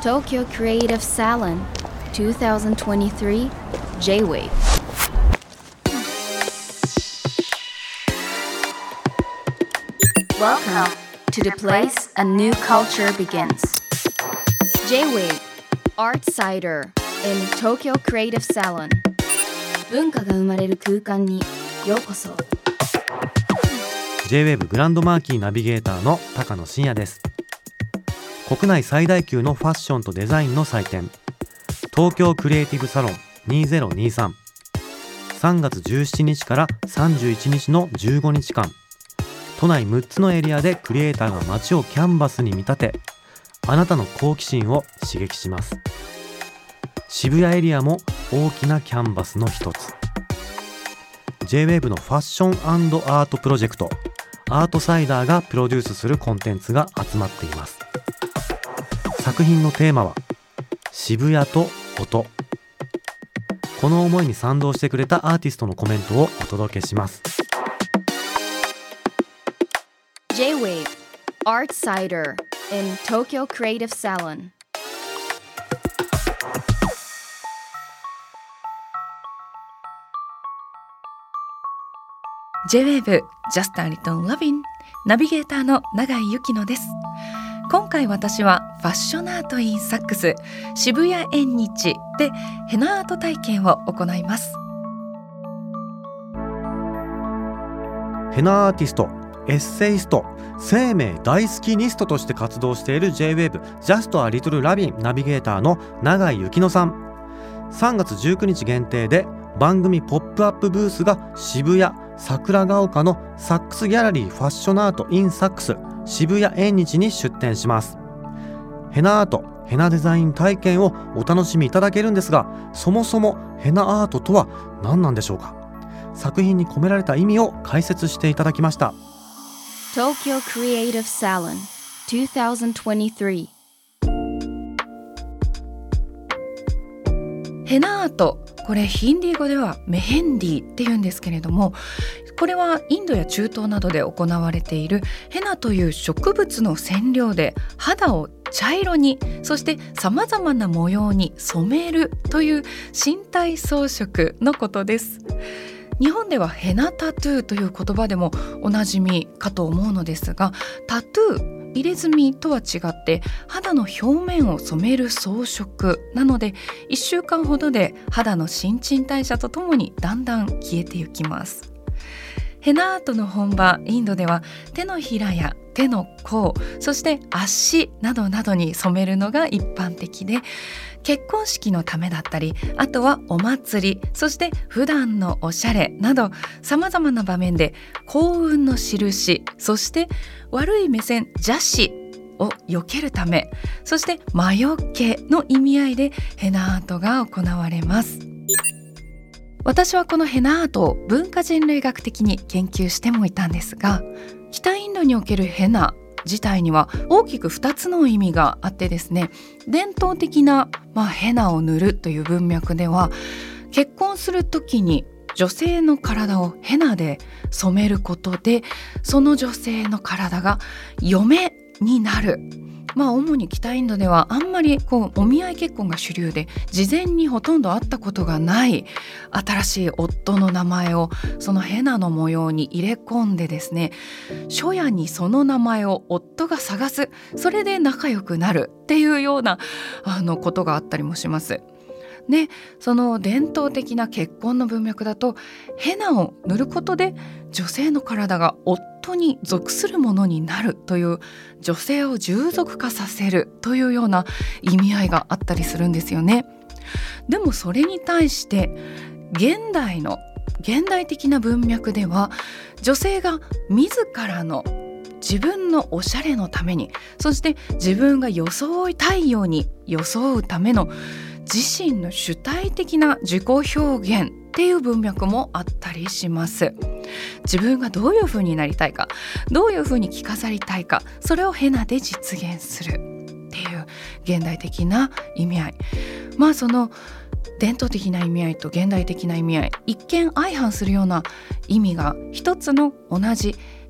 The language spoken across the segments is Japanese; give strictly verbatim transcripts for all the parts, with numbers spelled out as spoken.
Tokyo Creative Salon twenty twenty-three J-Wave Welcome to the place a new culture begins J-Wave Art Cider in Tokyo Creative Salon 文化が生まれる空間にようこそ J-ウェーブ グランドマーキーナビゲーターの高野真也です。国内最大級のファッションとデザインの祭典東京クリエイティブサロンにせんにじゅうさん さんがつじゅうしちにちからさんじゅういちにちのじゅうごにちかん都内むっつのエリアでクリエイターが街をキャンバスに見立てあなたの好奇心を刺激します。渋谷エリアも大きなキャンバスの一つ J-ウェーブ のファッション&アートプロジェクトアートサイダーがプロデュースするコンテンツが集まっています。作品のテーマは渋谷と音。この思いに賛同してくれたアーティストのコメントをお届けします。 J-Wave Art Cider in Tokyo Creative Salon J-ウェーブ Just a Little Lovin' ナビゲーターの永井由紀乃です。今回私はファッションアートインサックス渋谷縁日でヘナアート体験を行います。 ヘナアーティスト、エッセイスト、生命大好きニストとして活動している J-ウェーブ Just a Little Lovin' ナビゲーターの永井由紀乃さん。さんがつじゅうくにち限定で番組ポップアップブースが渋谷桜ヶ丘のサックスギャラリーファッションアートインサックス渋谷縁日に出展します。ヘナアート、ヘナデザイン体験をお楽しみいただけるんですが、そもそもヘナアートとは何なんでしょうか。作品に込められた意味を解説していただきました。 Tokyo Creative Salon twenty twenty-three ヘナアート、これヒンディー語ではメヘンディっていうんですけれども、これはインドや中東などで行われているヘナという植物の染料で肌を茶色に、そしてさまざまな模様に染めるという身体装飾のことです。日本ではヘナタトゥーという言葉でもおなじみかと思うのですが、タトゥー入れ墨とは違って肌の表面を染める装飾なので、いっしゅうかんほどで肌の新陳代謝とともにだんだん消えていきます。ヘナアートの本場インドでは手のひらや手の甲、そして足などなどに染めるのが一般的で、結婚式のためだったり、あとはお祭り、そして普段のおしゃれなどさまざまな場面で幸運の印、そして悪い目線邪視を避けるため、そして魔除けの意味合いでヘナアートが行われます。私はこのヘナアートを文化人類学的に研究してもいたんですが、北インドにおけるヘナ自体には大きくふたつの意味があってですね、伝統的な、まあ、ヘナを塗るという文脈では、結婚するときに女性の体をヘナで染めることで、その女性の体が嫁になる。まあ主に北インドではあんまりこうお見合い結婚が主流で、事前にほとんど会ったことがない新しい夫の名前をそのヘナの模様に入れ込んでですね、初夜にその名前を夫が探す、それで仲良くなるっていうようなあのことがあったりもします。で、その伝統的な結婚の文脈だと、ヘナを塗ることで女性の体が夫に属するものになるという、女性を従属化させるというような意味合いがあったりするんですよね。でもそれに対して現代の現代的な文脈では、女性が自らの自分のおしゃれのために、そして自分が装いたいように装うための自身の主体的な自己表現っていう文脈もあったりします。自分がどういう風になりたいか、どういう風に着飾りたいか、それをヘナで実現するっていう現代的な意味合い。まあその伝統的な意味合いと現代的な意味合い、一見相反するような意味が一つの同じ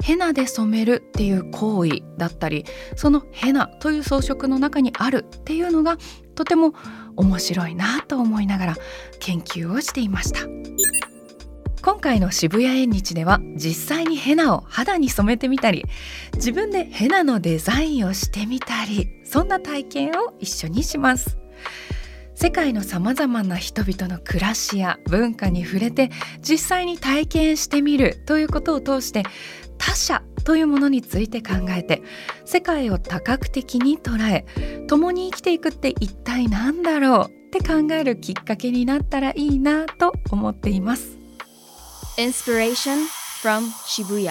ヘナで染めるっていう行為だったり、そのヘナという装飾の中にあるっていうのがとても面白いなと思いながら研究をしていました。今回の渋谷縁日では実際にヘナを肌に染めてみたり、自分でヘナのデザインをしてみたり、そんな体験を一緒にします。世界のさまざまな人々の暮らしや文化に触れて実際に体験してみるということを通して、他者というものについて考えて世界を多角的に捉え、共に生きていくって一体何だろうって考えるきっかけになったらいいなと思っています。 Inspiration from Shibuya。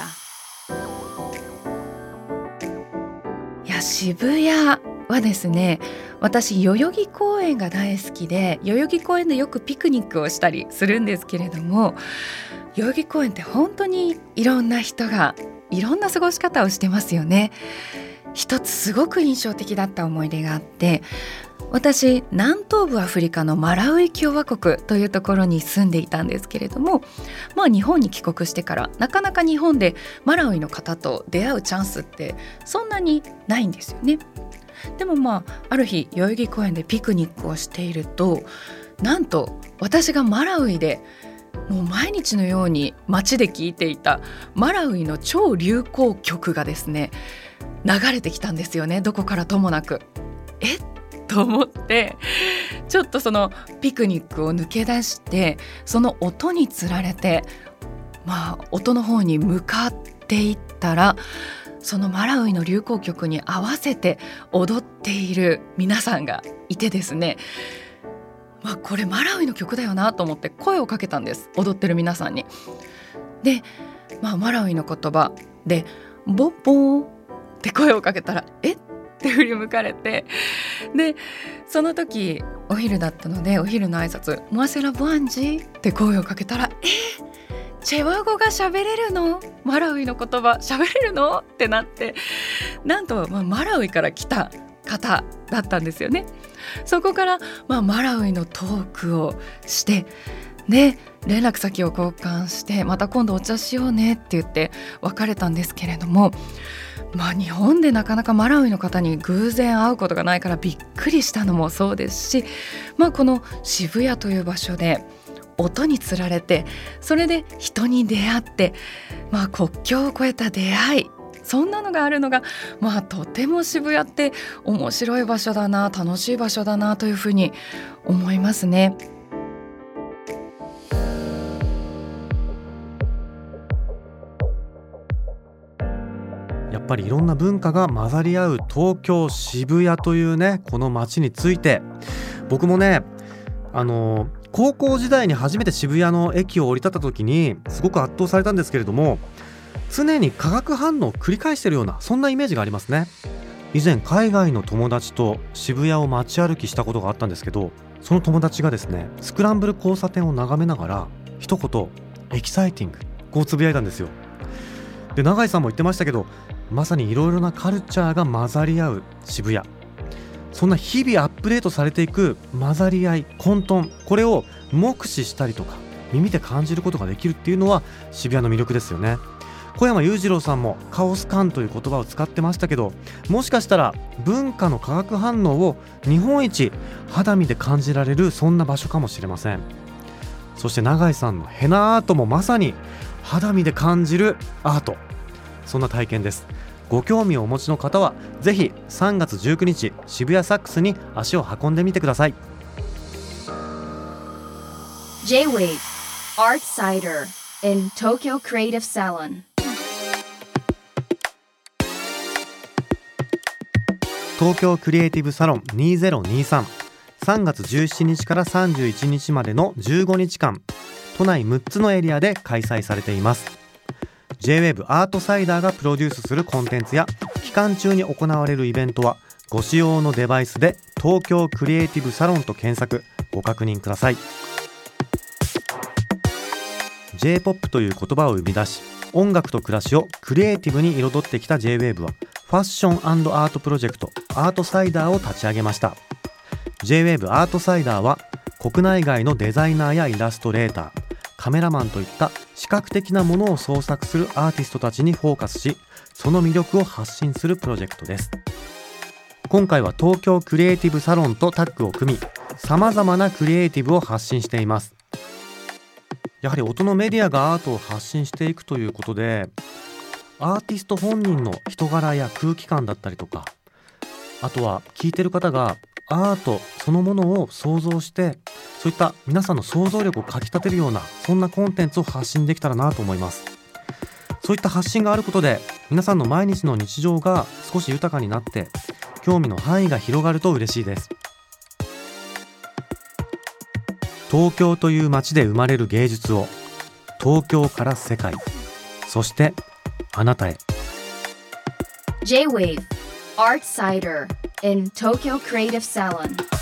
いや、渋谷はですね、私代々木公園が大好きで、代々木公園でよくピクニックをしたりするんですけれども、代々木公園って本当にいろんな人がいろんな過ごし方をしてますよね。一つすごく印象的だった思い出があって、私南東部アフリカのマラウイ共和国というところに住んでいたんですけれども、まあ日本に帰国してからなかなか日本でマラウイの方と出会うチャンスってそんなにないんですよね。でもまあある日代々木公園でピクニックをしていると、なんと私がマラウイでもう毎日のように街で聴いていたマラウイの超流行曲がですね流れてきたんですよね。どこからともなく。えと思って、ちょっとそのピクニックを抜け出して、その音につられて、まあ音の方に向かっていったら、そのマラウイの流行曲に合わせて踊っている皆さんがいてですね、まあ、これマラウイの曲だよなと思って声をかけたんです、踊ってる皆さんに。で、まあ、マラウイの言葉でボッボーって声をかけたら、えって振り向かれて、でその時お昼だったので、お昼の挨拶モアセラボアンジって声をかけたら、えチェワ語が喋れるの、マラウイの言葉喋れるのってなって、なんと、まあ、マラウイから来た方だったんですよね。そこから、まあ、マラウイのトークをして、で連絡先を交換して、また今度お茶しようねって言って別れたんですけれども、まあ、日本でなかなかマラウイの方に偶然会うことがないからびっくりしたのもそうですし、まあ、この渋谷という場所で音につられて、それで人に出会って、まあ、国境を越えた出会い、そんなのがあるのが、まあ、とても渋谷って面白い場所だな、楽しい場所だなというふうに思いますね。 やっぱりいろんな文化が混ざり合う東京渋谷というね、この街について、僕もね、あの高校時代に初めて渋谷の駅を降り立った時にすごく圧倒されたんですけれども、常に化学反応を繰り返しているような、そんなイメージがありますね。以前海外の友達と渋谷を街歩きしたことがあったんですけど、その友達がですね、スクランブル交差点を眺めながら一言エキサイティング、こうつぶやいたんですよ。で、永井さんも言ってましたけど、まさにいろいろなカルチャーが混ざり合う渋谷、そんな日々アップデートされていく混ざり合い、混沌、これを目視したりとか耳で感じることができるっていうのは渋谷の魅力ですよね。小山裕次郎さんもカオス感という言葉を使ってましたけど、もしかしたら文化の化学反応を日本一肌身で感じられる、そんな場所かもしれません。そして永井さんのヘナアートもまさに肌身で感じるアート、そんな体験です。ご興味をお持ちの方はぜひさんがつじゅうくにち渋谷サックスに足を運んでみてください。 J-Wave Art Cider in Tokyo Creative Salon。 東京クリエイティブサロンにせんにじゅうさん、さんがつじゅうしちにちからさんじゅういちにちまでのじゅうごにちかん、都内むっつのエリアで開催されています。 ジェイウェーブ アートサイダーがプロデュースするコンテンツや期間中に行われるイベントはご使用のデバイスで東京クリエイティブサロンと検索、ご確認ください。 ジェイポップ という言葉を生み出し、音楽と暮らしをクリエイティブに彩ってきた ジェイウェーブ はファッション&アートプロジェクトアートサイダーを立ち上げました。 ジェイウェーブ アートサイダーは国内外のデザイナーやイラストレーター、 カメラマンといった視覚的なものを創作するアーティストたちにフォーカスし、その魅力を発信するプロジェクトです。今回は東京クリエイティブサロンとタッグを組み、さまざまなクリエイティブを発信しています。やはり音のメディアがアートを発信していくということで、アーティスト本人の人柄や空気感だったりとか、あとは聴いてる方がアートそのものを想像して、そういった皆さんの想像力をかき立てるような、そんなコンテンツを発信できたらなと思います。そういった発信があることで、皆さんの毎日の日常が少し豊かになって、興味の範囲が広がると嬉しいです。東京という街で生まれる芸術を、東京から世界、そしてあなたへ。 J-Wave Art Cider in Tokyo Creative Salon.